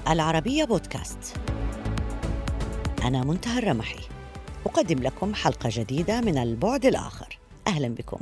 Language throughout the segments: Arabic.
العربية بودكاست. أنا منتهى الرمحي، أقدم لكم حلقة جديدة من البعد الآخر. أهلا بكم.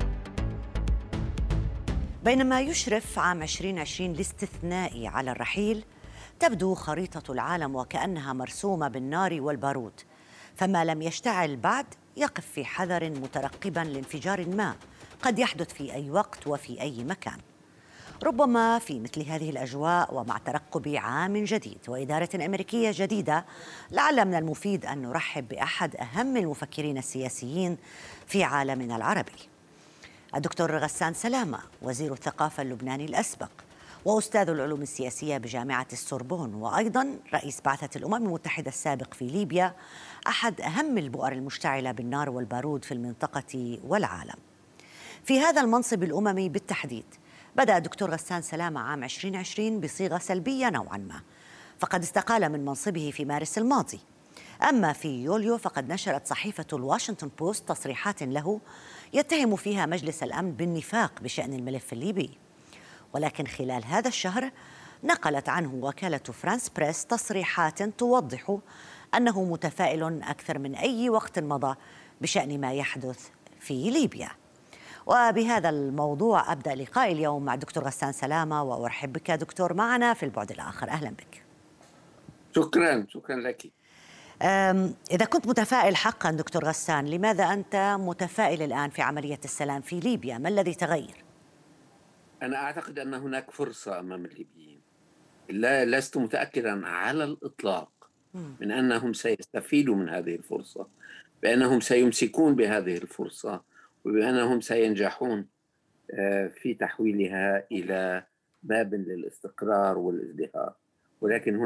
بينما يشرف عام 2020 الاستثنائي على الرحيل، تبدو خريطة العالم وكأنها مرسومة بالنار والبارود، فما لم يشتعل بعد يقف في حذر مترقباً لانفجار ما قد يحدث في أي وقت وفي أي مكان. ربما في مثل هذه الأجواء ومع ترقب عام جديد وإدارة أمريكية جديدة، لعل من المفيد أن نرحب بأحد أهم المفكرين السياسيين في عالمنا العربي، الدكتور غسان سلامة، وزير الثقافة اللبناني الأسبق وأستاذ العلوم السياسية بجامعة السوربون، وأيضا رئيس بعثة الأمم المتحدة السابق في ليبيا، أحد أهم البؤر المشتعلة بالنار والبارود في المنطقة والعالم. في هذا المنصب الأممي بالتحديد بدأ الدكتور غسان سلامة عام 2020 بصيغة سلبية نوعا ما، فقد استقال من منصبه في مارس الماضي. أما في يوليو فقد نشرت صحيفة الواشنطن بوست تصريحات له يتهم فيها مجلس الأمن بالنفاق بشأن الملف الليبي. ولكن خلال هذا الشهر نقلت عنه وكالة فرانس بريس تصريحات توضح أنه متفائل أكثر من أي وقت مضى بشأن ما يحدث في ليبيا. وبهذا الموضوع أبدأ لقاء اليوم مع دكتور غسان سلامة، وأرحب بك دكتور معنا في البعد الآخر. أهلا بك. شكرا لك. إذا كنت متفائل حقا دكتور غسان، لماذا أنت متفائل الآن في عملية السلام في ليبيا؟ ما الذي تغير؟ أنا أعتقد أن هناك فرصة أمام الليبيين، لست متأكدا على الإطلاق من أنهم سيستفيدوا من هذه الفرصة، بأنهم سيمسكون بهذه الفرصة، وبأنهم سينجحون في تحويلها إلى باب للاستقرار والازدهار. ولكن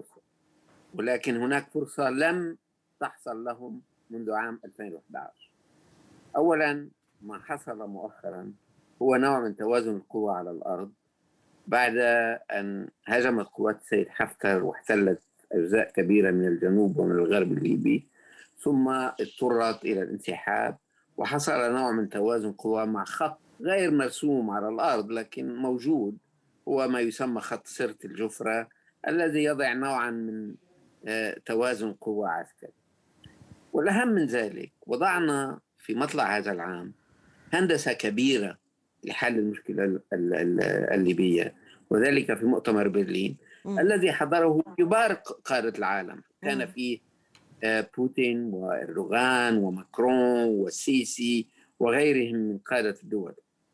هناك فرصة لم تحصل لهم منذ عام 2011. أولا، ما حصل مؤخرا هو نوع من توازن القوى على الأرض بعد أن هجمت قوات السيد حفتر واحتلت أجزاء كبيرة من الجنوب ومن الغرب الليبي، ثم اضطرت إلى الانسحاب، وحصل نوع من توازن قوى مع خط غير مرسوم على الأرض لكن موجود، هو ما يسمى خط سرة الجفرة، الذي يضع نوعا من توازن قوى عسكري. والأهم من ذلك، وضعنا في مطلع هذا العام هندسة كبيرة لحل المشكلة الليبية، وذلك في مؤتمر برلين الذي حضره كبار قادة العالم. كان فيه بوتين وإردوغان وماكرون والسيسي وغيرهم من قادة الدول.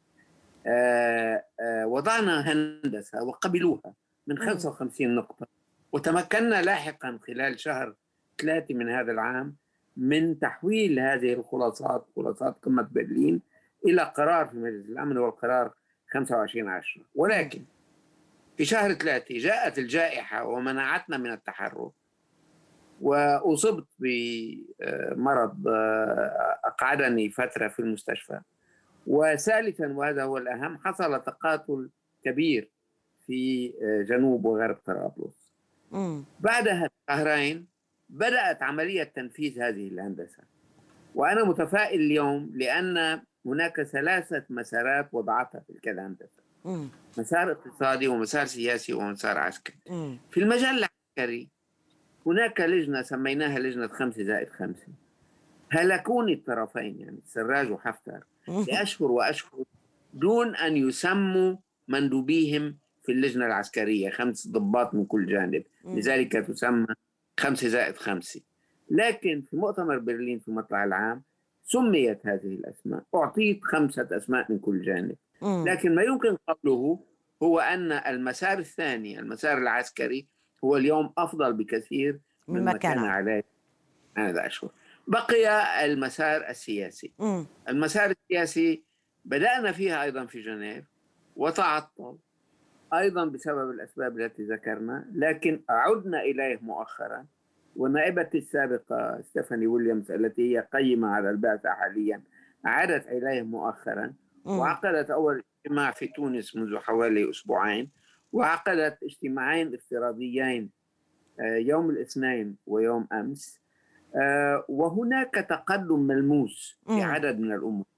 وضعنا هندسة وقبلوها من 55 نقطة، وتمكنا لاحقا خلال شهر 3 من هذا العام من تحويل هذه الخلاصات، خلاصات قمة برلين، إلى قرار في مجلس الأمن، والقرار 25/10. ولكن في شهر 3 جاءت الجائحة ومنعتنا من التحرك، وأصبت بمرض أقعدني فترة في المستشفى. وثالثا، وهذا هو الأهم، حصل تقاتل كبير في جنوب وغرب طرابلس. بعدها شهرين بدأت عملية تنفيذ هذه الهندسة، وأنا متفائل اليوم لأن هناك 3 مسارات وضعتها تلك الهندسة: مسار اقتصادي ومسار سياسي ومسار عسكري. في المجال العسكري هناك لجنة سميناها لجنة 5+5، هلكوني الطرفين، يعني السراج وحفتر، لأشهر وأشهر دون أن يسموا مندوبيهم في اللجنة العسكرية، 5 ضباط من كل جانب، لذلك تسمى 5+5. لكن في مؤتمر برلين في مطلع العام سميت هذه الأسماء، أعطيت 5 أسماء من كل جانب. لكن ما يمكن قوله هو أن المسار الثاني، المسار العسكري، هو اليوم أفضل بكثير مما كان عليه هذا أشهر. بقي المسار السياسي. المسار السياسي بدأنا فيها أيضا في جنيف وتعطل أيضا بسبب الأسباب التي ذكرنا، لكن عدنا إليه مؤخرا، ونائبتي السابقة ستيفاني ويليامز التي هي قيمة على البعثة حاليا عادت إليه مؤخرا، وعقدت أول اجتماع في تونس منذ حوالي أسبوعين، وعقدت اجتماعين افتراضيين يوم الاثنين ويوم أمس. وهناك تقدم ملموس في عدد من الأمور.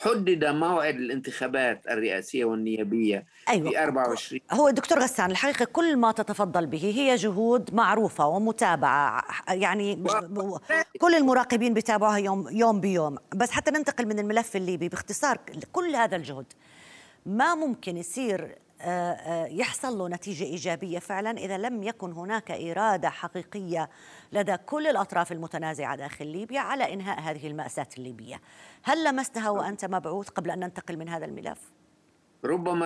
حدد موعد الانتخابات الرئاسية والنيابية أيوة. في 24. هو الدكتور غسان الحقيقة كل ما تتفضل به هي جهود معروفة ومتابعة، يعني كل المراقبين بيتابعوها يوم بيوم. بس حتى ننتقل من الملف الليبي باختصار، كل هذا الجهد ما ممكن يصير يحصل له نتيجة إيجابية فعلا إذا لم يكن هناك إرادة حقيقية لدى كل الأطراف المتنازعة داخل ليبيا على إنهاء هذه المأساة الليبية. هل لمستها وأنت مبعوث قبل أن ننتقل من هذا الملف؟ ربما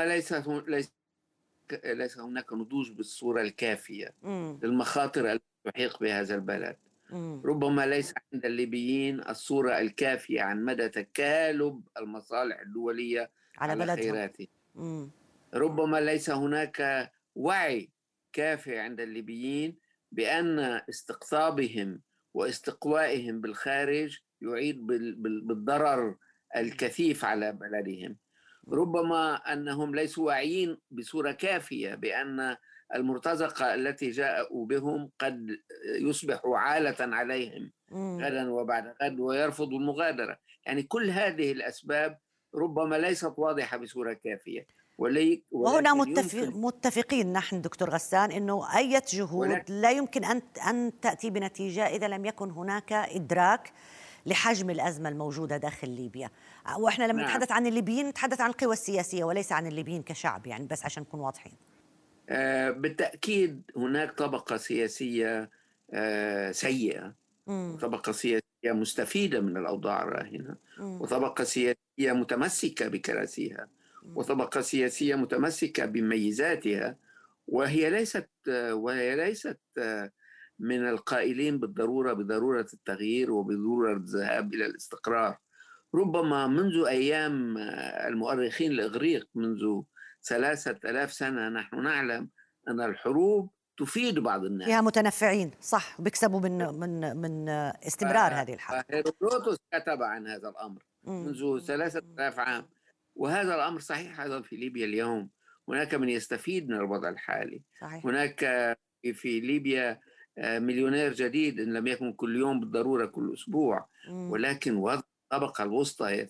ليس هناك نضوج بالصورة الكافية للمخاطر التي تحيق بهذا البلد. ربما ليس عند الليبيين الصورة الكافية عن مدى تكالب المصالح الدولية على خيراته. ربما ليس هناك وعي كافي عند الليبيين بأن استقطابهم واستقوائهم بالخارج يعيد بالضرر الكثيف على بلدهم. ربما أنهم ليسوا واعيين بصورة كافية بأن المرتزقة التي جاءوا بهم قد يصبح عالة عليهم غدا وبعد غد ويرفضوا المغادرة. يعني كل هذه الأسباب ربما ليست واضحة بصورة كافية. وهنا متفقين نحن دكتور غسان أنه أي جهود لا يمكن أن تأتي بنتيجة إذا لم يكن هناك إدراك لحجم الأزمة الموجودة داخل ليبيا. وإحنا لما نتحدث عن الليبيين نتحدث عن القوى السياسية وليس عن الليبيين كشعب، يعني بس عشان نكون واضحين. بالتأكيد هناك طبقة سياسية سيئة، وطبقة سياسية مستفيدة من الأوضاع الراهنة، وطبقة سياسية متمسكة بكراسيها، وطبقة سياسية متمسكة بميزاتها، وهي ليست من القائلين بضرورة التغيير وبضرورة الذهاب إلى الاستقرار. ربما منذ أيام المؤرخين الإغريق، منذ 3000 سنة نحن نعلم أن الحروب تفيد بعض الناس، فيها متنفعين، صح، بيكسبوا من استمرار هذه الحرب. هيرودوتوس كتب عن هذا الأمر منذ 3000 عام، وهذا الأمر صحيح أيضا في ليبيا اليوم. هناك من يستفيد من الوضع الحالي. صحيح. هناك في ليبيا مليونير جديد إن لم يكن كل يوم بالضرورة كل أسبوع، ولكن وضع الطبقة الوسطى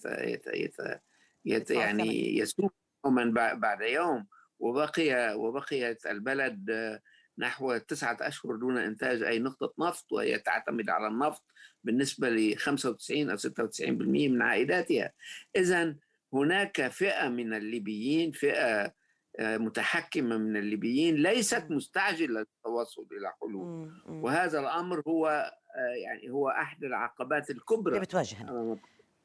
يعني يسوء يوما بعد يوم، وبقيت البلد نحو 9 أشهر دون إنتاج أي نقطة نفط، وهي تعتمد على النفط بالنسبة ل 95 أو 96% من عائداتها. إذن هناك فئة من الليبيين، فئة متحكمة من الليبيين ليست مستعجلة للتوصل إلى حلول، وهذا الأمر هو يعني هو أحد العقبات الكبرى اللي بتواجهنا.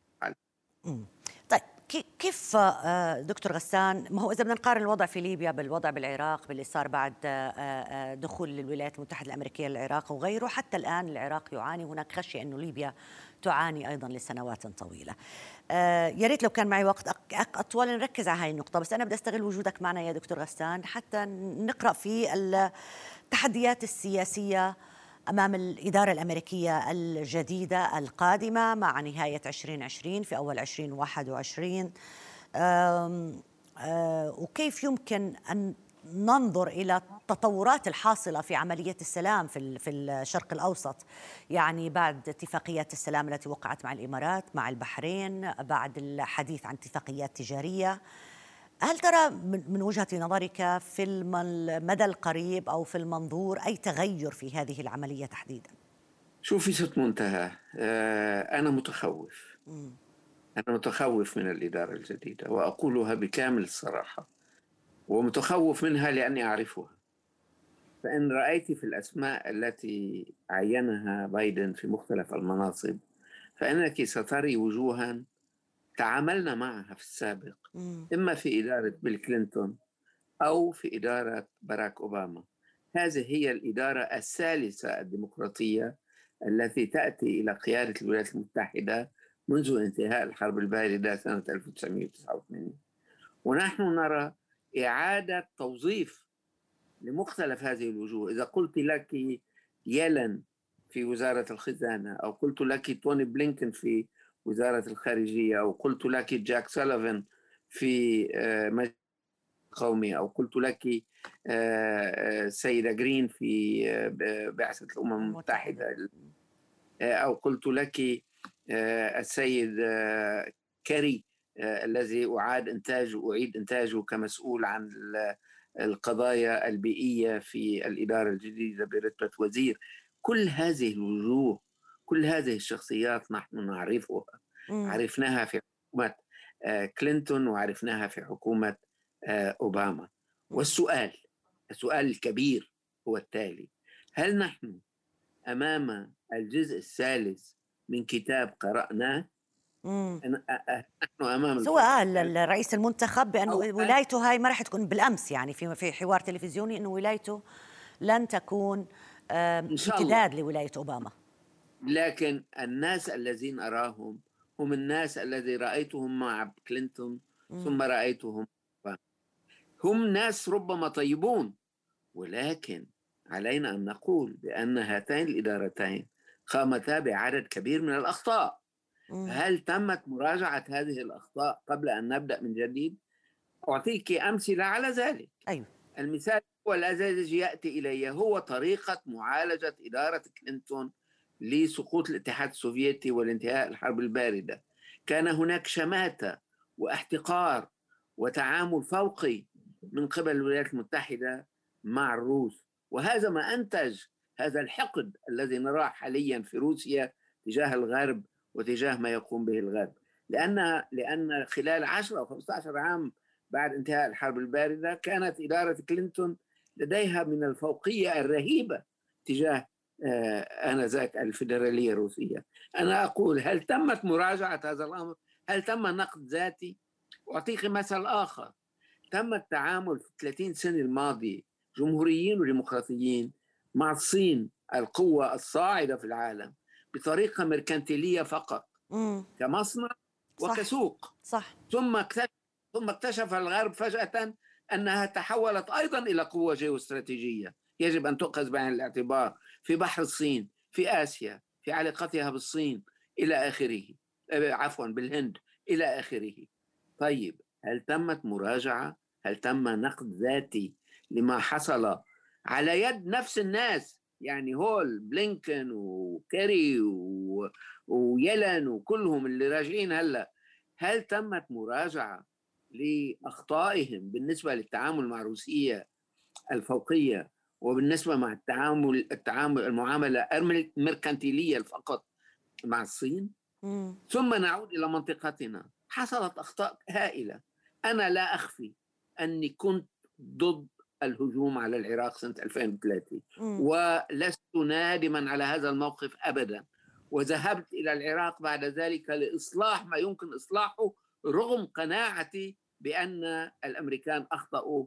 طيب كيف دكتور غسان، ما هو إذا بدنا نقارن الوضع في ليبيا بالوضع بالعراق، باللي صار بعد دخول الولايات المتحدة الأمريكية للعراق وغيره، حتى الآن العراق يعاني، هناك خشية أنه ليبيا تعاني أيضا لسنوات طويلة. يا ريت لو كان معي وقت أطول نركز على هاي النقطة، بس أنا بدي أستغل وجودك معنا يا دكتور غسان حتى نقرأ في التحديات السياسية أمام الإدارة الأمريكية الجديدة القادمة مع نهاية 2020 في أول 2021، وكيف يمكن أن ننظر إلى التطورات الحاصلة في عملية السلام في الشرق الأوسط، يعني بعد اتفاقيات السلام التي وقعت مع الإمارات مع البحرين، بعد الحديث عن اتفاقيات تجارية. هل ترى من وجهة نظرك في المدى القريب أو في المنظور أي تغير في هذه العملية تحديدا؟ شوفي ست منتهى، أنا متخوف من الإدارة الجديدة، وأقولها بكامل الصراحة، ومتخوف منها لأني أعرفها. فإن رأيت في الأسماء التي عينها بايدن في مختلف المناصب فإنك ستري وجوها تعاملنا معها في السابق، إما في إدارة بيل كلينتون أو في إدارة باراك أوباما. هذه هي الإدارة الثالثة الديمقراطية التي تأتي إلى قيادة الولايات المتحدة منذ انتهاء الحرب الباردة سنة 1989، ونحن نرى إعادة توظيف لمختلف هذه الوجوه. إذا قلت لك يلن في وزارة الخزانة، أو قلت لك توني بلينكن في وزارة الخارجية، أو قلت لك جاك سوليفان في مجلس القومي، أو قلت لك سيدة جرين في بعثة الأمم المتحدة، أو قلت لك السيد كاري الذي أعيد إنتاجه كمسؤول عن القضايا البيئية في الإدارة الجديدة برتبة وزير. كل هذه الوجوه، كل هذه الشخصيات نحن نعرفها، عرفناها في حكومة كلينتون وعرفناها في حكومة أوباما. والسؤال الكبير هو التالي: هل نحن أمام الجزء الثالث من كتاب قرأناه؟ نحن أمام سواء الرئيس المنتخب بأنه ولايته هاي ما راح تكون بالأمس، يعني في حوار تلفزيوني أنه ولايته لن تكون امتداد لولاية أوباما. لكن الناس الذين أراهم هم الناس الذي رأيتهم مع كلينتون ثم رأيتهم هم ناس ربما طيبون، ولكن علينا أن نقول بأن هاتين الإدارتين قامتا بعدد كبير من الأخطاء. هل تمت مراجعة هذه الأخطاء قبل أن نبدأ من جديد؟ أعطيك أمثلة على ذلك. أيوة. المثال هو الذي يأتي إلي هو طريقة معالجة إدارة كلينتون لسقوط الاتحاد السوفيتي والانتهاء الحرب الباردة. كان هناك شماتة واحتقار وتعامل فوقي من قبل الولايات المتحدة مع الروس، وهذا ما أنتج هذا الحقد الذي نراه حاليا في روسيا تجاه الغرب وتجاه ما يقوم به الغرب. لأن خلال 10 أو 15 عام بعد انتهاء الحرب الباردة كانت إدارة كلينتون لديها من الفوقية الرهيبة تجاه آنذاك الفيدرالية الروسية. أنا أقول: هل تمت مراجعة هذا الأمر؟ هل تم نقد ذاتي؟ أعطيك مثل آخر: تم التعامل في 30 سنة الماضية جمهوريين وديمقراطيين مع الصين القوة الصاعدة في العالم بطريقة ميركانتيلية فقط، كمصنع وكسوق. صح. ثم اكتشف الغرب فجأة أنها تحولت أيضا إلى قوة جيوستراتيجية يجب أن تؤخذ بعين الاعتبار في بحر الصين، في آسيا، في علاقتها بالصين إلى آخره، عفوا بالهند إلى آخره. طيب، هل تمت مراجعة؟ هل تم نقد ذاتي لما حصل على يد نفس الناس؟ يعني هول بلينكن وكيري ويلن وكلهم اللي راجعين هلأ، هل تمت مراجعة لأخطائهم بالنسبة للتعامل مع روسيا الفوقية وبالنسبة مع المعاملة الميركانتيلية فقط مع الصين؟ ثم نعود إلى منطقتنا. حصلت أخطاء هائلة. أنا لا أخفي أني كنت ضد الهجوم على العراق سنة 2003 ولست نادما على هذا الموقف أبدا، وذهبت إلى العراق بعد ذلك لإصلاح ما يمكن إصلاحه رغم قناعتي بأن الأمريكان أخطأوا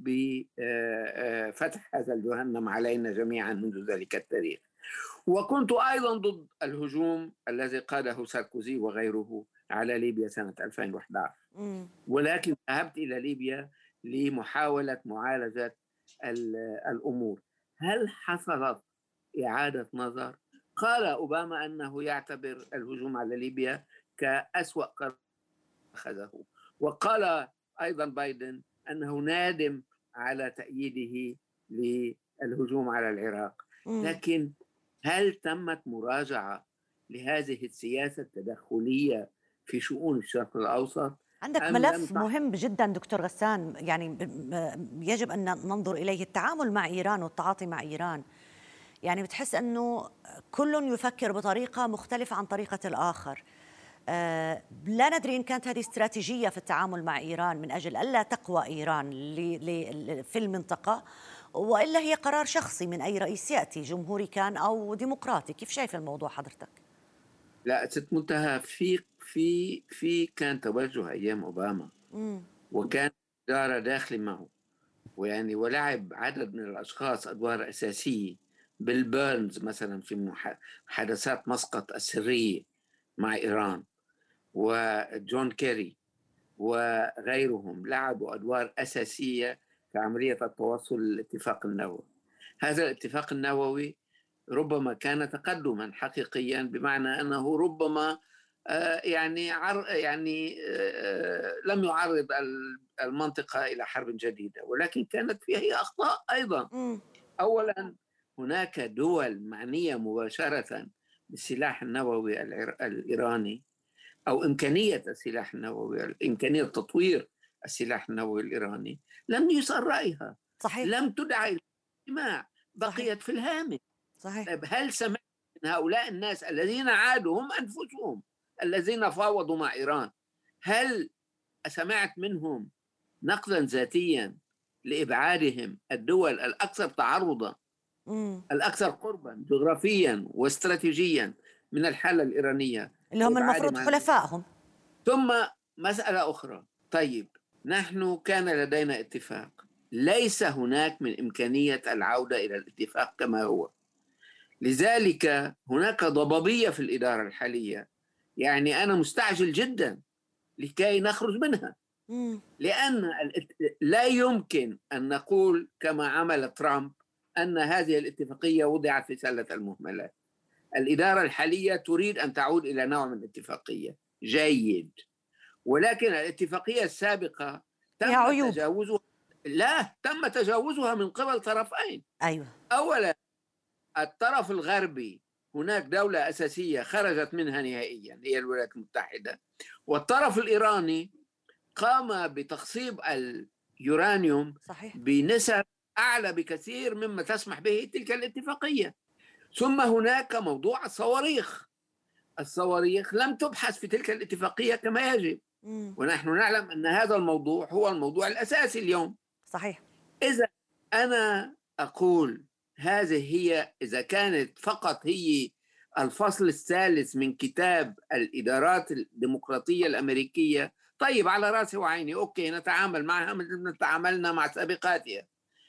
بفتح هذا الجهنم علينا جميعا منذ ذلك التاريخ. وكنت أيضا ضد الهجوم الذي قاده ساركوزي وغيره على ليبيا سنة 2011، ولكن ذهبت إلى ليبيا لمحاولة معالجة الأمور. هل حصلت إعادة نظر؟ قال أوباما أنه يعتبر الهجوم على ليبيا كأسوأ قرار أخذه، وقال أيضا بايدن أنه نادم على تأييده للهجوم على العراق. لكن هل تمت مراجعة لهذه السياسة التدخلية في شؤون الشرق الأوسط؟ عندك ملف مهم جدا دكتور غسان، يعني يجب أن ننظر إليه: التعامل مع إيران والتعاطي مع إيران. يعني بتحس أنه كل يفكر بطريقة مختلفة عن طريقة الآخر. لا ندري إن كانت هذه استراتيجية في التعامل مع إيران من أجل ألا تقوى إيران في المنطقة، وإلا هي قرار شخصي من أي رئيس يأتي، جمهوري كان أو ديمقراطي. كيف شايف الموضوع حضرتك؟ لا، ست منتهى في كان توجه أيام أوباما وكان إدارة داخلي معه، ويعني ولعب عدد من الأشخاص أدوار أساسية. بيل بيرنز مثلا في محادثات مسقط السرية مع إيران، وجون كيري وغيرهم لعبوا أدوار أساسية في عملية التوصل للاتفاق النووي. هذا الاتفاق النووي ربما كان تقدما حقيقيا، بمعنى أنه ربما لم يعرض المنطقة إلى حرب جديدة، ولكن كانت فيها أخطاء أيضا. أولا، هناك دول معنية مباشرة بالسلاح النووي الإيراني أو إمكانية السلاح النووي، إمكانية تطوير السلاح النووي الإيراني، لم يسأل رأيها، صحيح. لم تدعى إلى الاجتماع، صحيح. بقيت في الهامش. صحيح. طيب هل سمعت من هؤلاء الناس الذين عادوا هم أنفسهم الذين فاوضوا مع إيران، هل سمعت منهم نقدا ذاتيا لإبعادهم الدول الأكثر تعرضا، الأكثر قربا جغرافيا واستراتيجيا من الحالة الإيرانية، اللي هم المفروض وإبعادهم عن؟ حلفائهم. ثم مسألة أخرى، طيب نحن كان لدينا اتفاق، ليس هناك من إمكانية العودة إلى الاتفاق كما هو، لذلك هناك ضبابية في الإدارة الحالية. يعني أنا مستعجل جدا لكي نخرج منها، لأن لا يمكن أن نقول كما عمل ترامب أن هذه الاتفاقية وضعت في سلة المهملات. الإدارة الحالية تريد أن تعود إلى نوع من الاتفاقية، جيد، ولكن الاتفاقية السابقة فيها عيوب. تجاوزها. لا، تم تجاوزها من قبل طرفين. أيوة. أولا، الطرف الغربي هناك دولة أساسية خرجت منها نهائيا هي الولايات المتحدة، والطرف الإيراني قام بتخصيب اليورانيوم صحيح. بنسب أعلى بكثير مما تسمح به تلك الاتفاقية. ثم هناك موضوع الصواريخ لم تبحث في تلك الاتفاقية كما يجب، ونحن نعلم أن هذا الموضوع هو الموضوع الأساسي اليوم. صحيح. إذا أنا أقول هذه هي، إذا كانت فقط هي الفصل الثالث من كتاب الإدارات الديمقراطية الأمريكية، طيب على رأسي وعيني، أوكي، نتعامل معها مثل ما تعاملنا مع سابقاتها.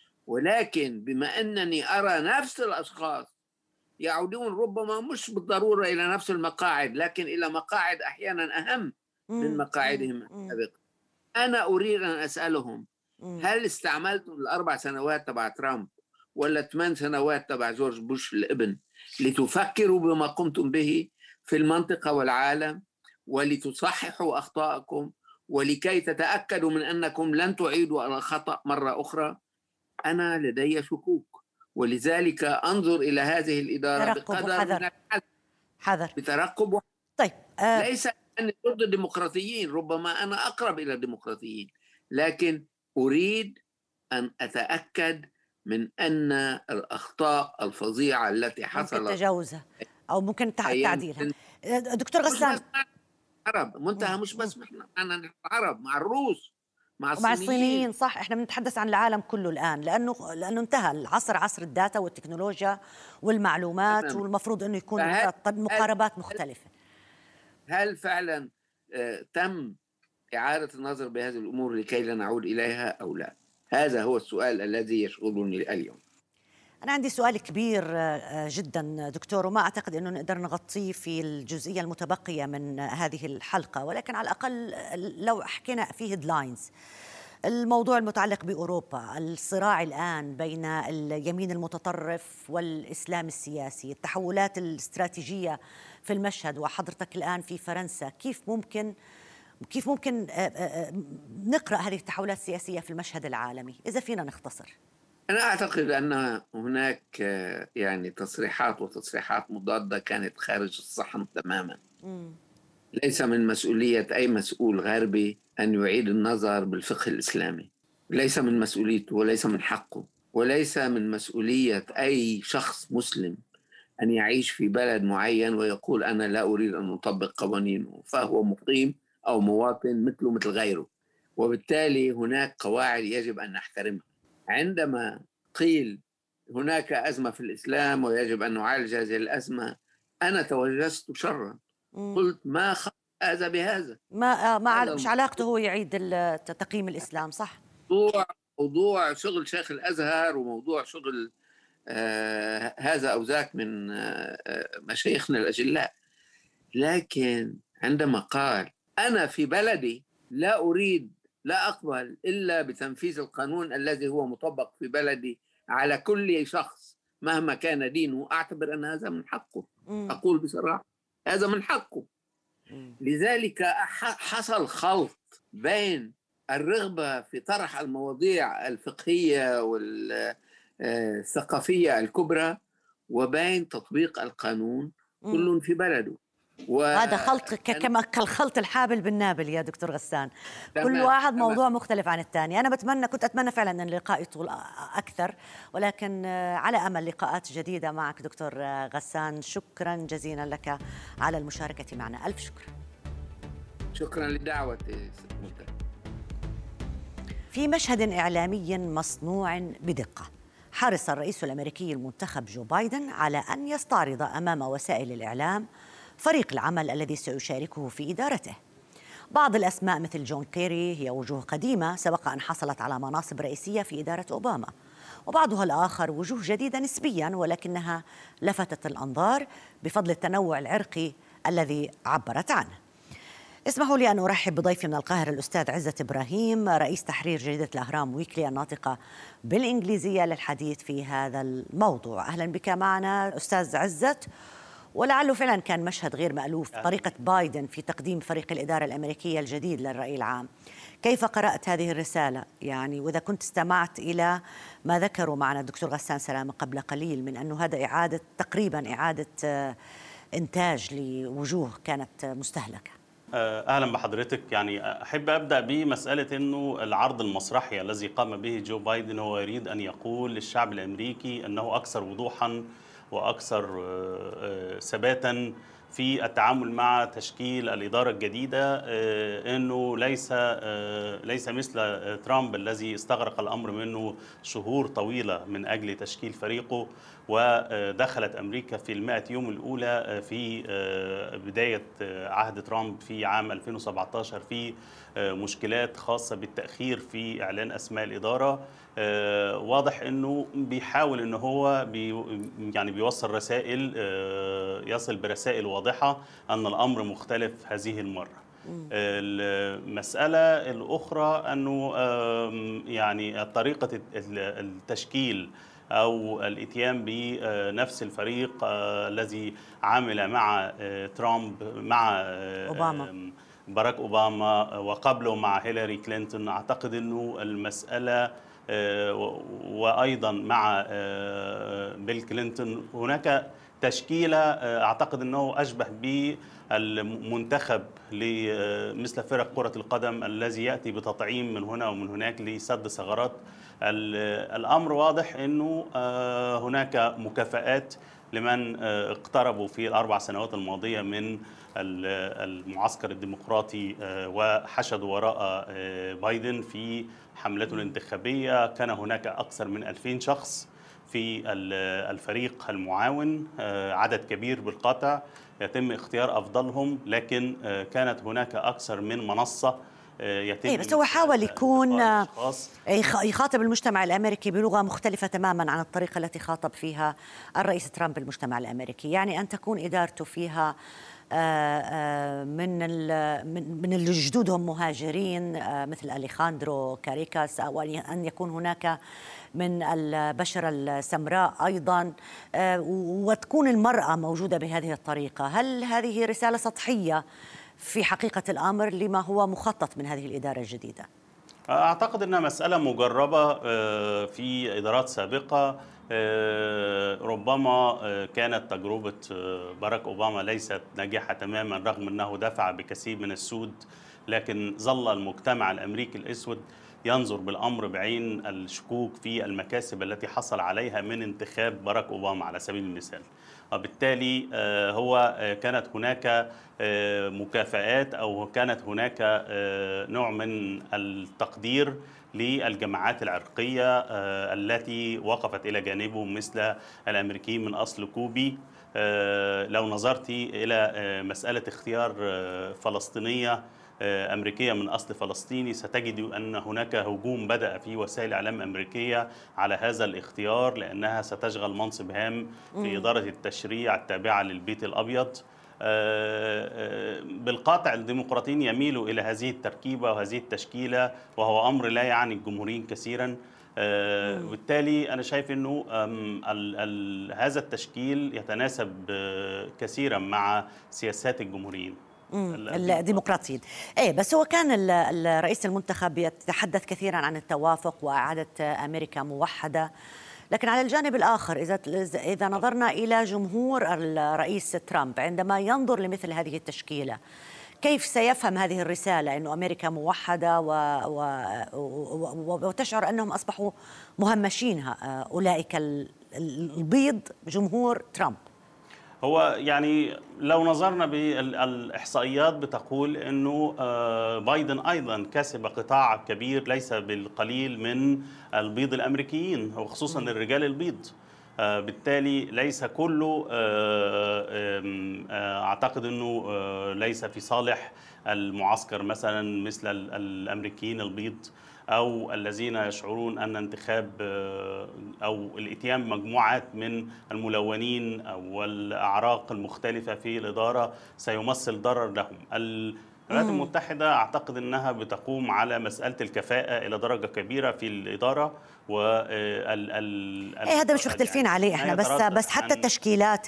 ولكن بما أنني أرى نفس الأشخاص يعودون ربما مش بالضرورة إلى نفس المقاعد، لكن إلى مقاعد أحيانا أهم من مقاعدهم السابقة، أنا أريد أن أسألهم: هل استعملتم ال4 سنوات تبع ترامب ولا 8 سنوات تبع جورج بوش الابن لتفكروا بما قمتم به في المنطقة والعالم، ولتصححوا أخطاءكم، ولكي تتأكدوا من أنكم لن تعيدوا على الخطأ مرة أخرى؟ أنا لدي شكوك، ولذلك أنظر إلى هذه الإدارة بقدر من حذر. بترقب. طيب ليس أني ضد الديمقراطيين، ربما أنا أقرب إلى الديمقراطيين، لكن أريد أن أتأكد من أن الأخطاء الفظيعة التي حصلت ممكن تجاوزها أو ممكن تعديلها. دكتور غسان، عرب منتهى، مش بس معنا العرب، مع الروس، مع الصينيين. صح، احنا بنتحدث عن العالم كله الآن، لأنه انتهى العصر، عصر الداتا والتكنولوجيا والمعلومات، والمفروض أنه يكون مقاربات مختلفة. هل فعلا تم إعادة النظر بهذه الأمور لكي لا نعود إليها أو لا؟ هذا هو السؤال الذي يشغلني اليوم. أنا عندي سؤال كبير جدا دكتور، وما أعتقد أنه نقدر نغطيه في الجزئية المتبقية من هذه الحلقة، ولكن على الأقل لو حكينا فيه هيدلاينز. الموضوع المتعلق بأوروبا، الصراع الآن بين اليمين المتطرف والإسلام السياسي، التحولات الاستراتيجية في المشهد، وحضرتك الآن في فرنسا، كيف ممكن نقرأ هذه التحولات السياسية في المشهد العالمي إذا فينا نختصر؟ أنا أعتقد أن هناك يعني تصريحات مضادة كانت خارج الصحن تماما. ليس من مسؤولية أي مسؤول غربي أن يعيد النظر بالفقه الإسلامي، ليس من مسؤوليته وليس من حقه، وليس من مسؤولية أي شخص مسلم أن يعيش في بلد معين ويقول أنا لا أريد أن أطبق قوانينه، فهو مقيم أو مواطن مثله مثل غيره، وبالتالي هناك قواعد يجب أن نحترمها. عندما قيل هناك أزمة في الإسلام ويجب أن نعالج هذه الأزمة، أنا توجست شرا، قلت ما خلق هذا بهذا، مش علاقته هو يعيد تقييم الإسلام. صح، موضوع شغل شيخ الأزهر وموضوع شغل هذا أو ذاك من مشايخنا الأجلاء. لكن عندما قال أنا في بلدي لا أقبل إلا بتنفيذ القانون الذي هو مطبق في بلدي على كل شخص مهما كان دينه، أعتبر أن هذا من حقه. أقول بصراحة هذا من حقه. لذلك حصل خلط بين الرغبة في طرح المواضيع الفقهية والثقافية الكبرى وبين تطبيق القانون كل في بلده. هذا خلط كما كالخلط الحابل بالنابل يا دكتور غسان. كل واحد موضوع مختلف عن الثاني. أنا كنت أتمنى فعلا أن اللقاء يطول أكثر، ولكن على أمل لقاءات جديدة معك دكتور غسان. شكرا جزيلا لك على المشاركة معنا. ألف شكر. شكرا لدعوتي. في مشهد إعلامي مصنوع بدقة، حرص الرئيس الأمريكي المنتخب جو بايدن على أن يستعرض أمام وسائل الإعلام فريق العمل الذي سيشاركه في إدارته. بعض الأسماء مثل جون كيري هي وجوه قديمة سبق أن حصلت على مناصب رئيسية في إدارة أوباما، وبعضها الآخر وجوه جديدة نسبياً ولكنها لفتت الأنظار بفضل التنوع العرقي الذي عبرت عنه. اسمحوا لي أن أرحب بضيفي من القاهرة الأستاذ عزت إبراهيم، رئيس تحرير جريدة الأهرام ويكلي الناطقة بالإنجليزية للحديث في هذا الموضوع. أهلا بك معنا أستاذ عزت. ولعله فعلا كان مشهد غير مألوف طريقة بايدن في تقديم فريق الإدارة الأمريكية الجديد للرأي العام. كيف قرأت هذه الرسالة يعني، وإذا كنت استمعت إلى ما ذكروا معنا الدكتور غسان سلامة قبل قليل من أنه هذا تقريبا إعادة إنتاج لوجوه كانت مستهلكة. أهلا بحضرتك. يعني أحب أبدأ بمسألة أنه العرض المسرحي الذي قام به جو بايدن هو يريد أن يقول للشعب الأمريكي أنه أكثر وضوحا وأكثر ثباتا في التعامل مع تشكيل الإدارة الجديدة، أنه ليس مثل ترامب الذي استغرق الأمر منه شهور طويلة من أجل تشكيل فريقه، ودخلت أمريكا في 100 يوم الأولى في بداية عهد ترامب في عام 2017 في مشكلات خاصة بالتأخير في إعلان أسماء الإدارة. واضح أنه بيحاول أنه هو بيوصل رسائل، يصل برسائل واضحة أن الأمر مختلف هذه المرة. المسألة الأخرى أنه يعني طريقة التشكيل أو الإتيان بنفس الفريق الذي عامل مع ترامب مع أوباما، باراك أوباما، وقبله مع هيلاري كلينتون. أعتقد أنه المسألة وأيضا مع بيل كلينتون هناك تشكيلة أعتقد أنه أشبه بالمنتخب مثل فرق كرة القدم الذي يأتي بتطعيم من هنا ومن هناك لسد ثغرات. الأمر واضح أنه هناك مكافآت لمن اقتربوا في ال4 سنوات الماضية من المعسكر الديمقراطي وحشدوا وراء بايدن في حملته الانتخابية. كان هناك أكثر من 2000 شخص في الفريق المعاون، عدد كبير بالقطع، يتم اختيار أفضلهم، لكن كانت هناك أكثر من منصة يتم. بس هو حاول يكون يخاطب المجتمع الأمريكي بلغة مختلفة تماما عن الطريقة التي خاطب فيها الرئيس ترامب المجتمع الأمريكي، يعني أن تكون إدارته فيها من اللي جدودهم مهاجرين مثل أليخاندرو كاريكاس، أو أن يكون هناك من البشرة السمراء أيضا، وتكون المرأة موجودة بهذه الطريقة. هل هذه رسالة سطحية في حقيقة الأمر لما هو مخطط من هذه الإدارة الجديدة؟ أعتقد أنها مسألة مجربة في إدارات سابقة. ربما كانت تجربة باراك أوباما ليست ناجحة تماما رغم أنه دفع بكثير من السود، لكن ظل المجتمع الأمريكي الأسود ينظر بالأمر بعين الشكوك في المكاسب التي حصل عليها من انتخاب باراك أوباما على سبيل المثال. وبالتالي كانت هناك مكافآت أو كانت هناك نوع من التقدير للجماعات العرقية التي وقفت إلى جانبه مثل الأمريكيين من أصل كوبي. لو نظرت إلى مسألة اختيار فلسطينية أمريكية من أصل فلسطيني ستجد أن هناك هجوم بدأ في وسائل الإعلام الأمريكية على هذا الاختيار، لأنها ستشغل منصب هام في إدارة التشريع التابعة للبيت الأبيض. بالقاطع الديمقراطيين يميلوا إلى هذه التركيبة وهذه التشكيلة، وهو أمر لا يعني الجمهوريين كثيرا. وبالتالي أنا شايف أنه هذا التشكيل يتناسب كثيرا مع سياسات الجمهوريين الديمقراطيين. بس هو كان الرئيس المنتخب يتحدث كثيرا عن التوافق وإعادة أمريكا موحدة. لكن على الجانب الآخر إذا نظرنا إلى جمهور الرئيس ترامب عندما ينظر لمثل هذه التشكيلة، كيف سيفهم هذه الرسالة أن أمريكا موحدة وتشعر أنهم أصبحوا مهمشينها أولئك البيض جمهور ترامب؟ هو يعني لو نظرنا بالإحصائيات بتقول أنه بايدن أيضا كسب قطاع كبير ليس بالقليل من البيض الأمريكيين وخصوصا الرجال البيض. بالتالي ليس كله أعتقد أنه ليس في صالح المعسكر مثلا مثل الأمريكيين البيض أو الذين يشعرون أن انتخاب أو الاتيان بمجموعات من الملونين أو الأعراق المختلفة في الإدارة سيمثل ضرر لهم. الولايات المتحدة أعتقد أنها بتقوم على مسألة الكفاءة إلى درجة كبيرة في الإدارة هذا مش مختلفين عليه احنا، بس حتى التشكيلات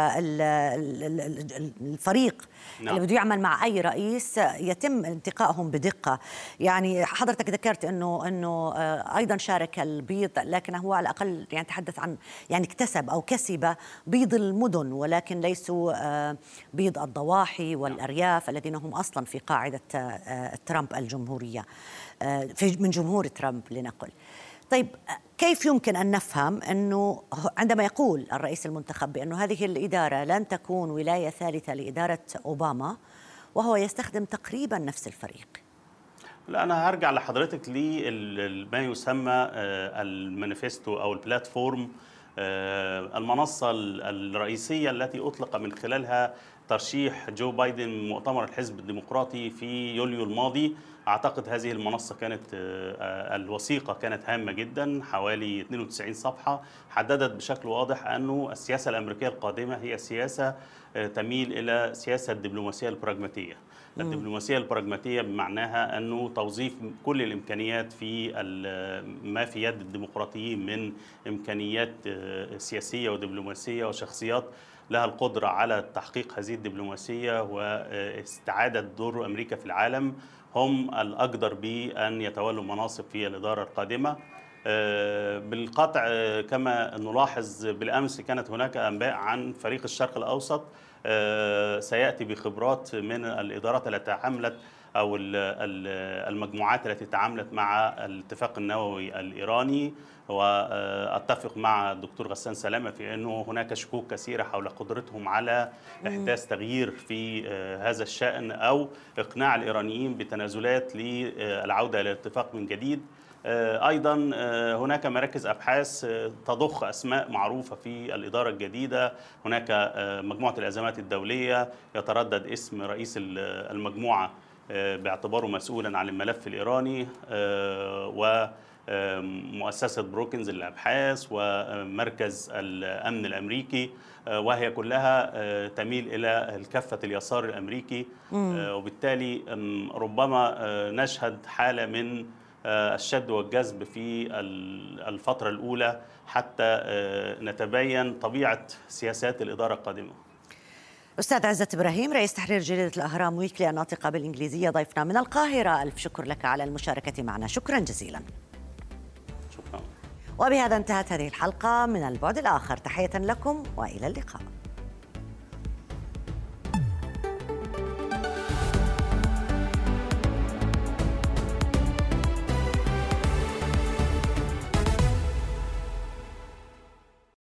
الفريق اللي بده يعمل مع اي رئيس يتم انتقائهم بدقه. يعني حضرتك ذكرت انه ايضا شارك البيض، لكن هو على الاقل يعني تحدث عن يعني اكتسب او كسب بيض المدن ولكن ليسوا بيض الضواحي والارياف الذين هم اصلا في قاعده ترامب الجمهوريه، من جمهور ترامب لنقل. طيب كيف يمكن أن نفهم أنه عندما يقول الرئيس المنتخب بأنه هذه الإدارة لن تكون ولاية ثالثة لإدارة أوباما وهو يستخدم تقريبا نفس الفريق؟ لا، أنا هرجع لحضرتك لما يسمى المانيفستو أو البلاتفورم، المنصة الرئيسية التي أطلق من خلالها ترشيح جو بايدن مؤتمر الحزب الديمقراطي في يوليو الماضي. أعتقد هذه المنصة كانت الوثيقة كانت هامة جدا، حوالي 92 صفحة، حددت بشكل واضح أنه السياسة الأمريكية القادمة هي سياسة تميل إلى سياسة الدبلوماسية البراغماتية. الدبلوماسية البراغماتية بمعناها أنه توظيف كل الإمكانيات في ما في يد الديمقراطيين من إمكانيات سياسية ودبلوماسية وشخصيات لها القدرة على تحقيق هذه الدبلوماسية واستعادة دور أمريكا في العالم، هم الأقدر بأن يتولوا مناصب في الإدارة القادمة. بالقطع كما نلاحظ بالأمس كانت هناك أنباء عن فريق الشرق الأوسط سيأتي بخبرات من الإدارات التي تعاملت أو المجموعات التي تعاملت مع الاتفاق النووي الإيراني. وأتفق مع الدكتور غسان سلامة في أنه هناك شكوك كثيرة حول قدرتهم على إحداث تغيير في هذا الشأن أو إقناع الإيرانيين بتنازلات للعودة إلى الاتفاق من جديد. أيضا هناك مراكز أبحاث تضخ أسماء معروفة في الإدارة الجديدة. هناك مجموعة الأزمات الدولية يتردد اسم رئيس المجموعة باعتباره مسؤولا عن الملف الإيراني، ومؤسسة بروكنز للأبحاث ومركز الأمن الأمريكي، وهي كلها تميل إلى الكفة اليسار الأمريكي. وبالتالي ربما نشهد حالة من الشد والجذب في الفترة الأولى حتى نتبين طبيعة سياسات الإدارة القادمة. أستاذ عزت إبراهيم، رئيس تحرير جريدة الأهرام ويكلي الناطقة بالإنجليزية، ضيفنا من القاهرة، ألف شكر لك على المشاركة معنا. شكرا جزيلا. شكرا. وبهذا انتهت هذه الحلقة من البعد الآخر. تحية لكم وإلى اللقاء.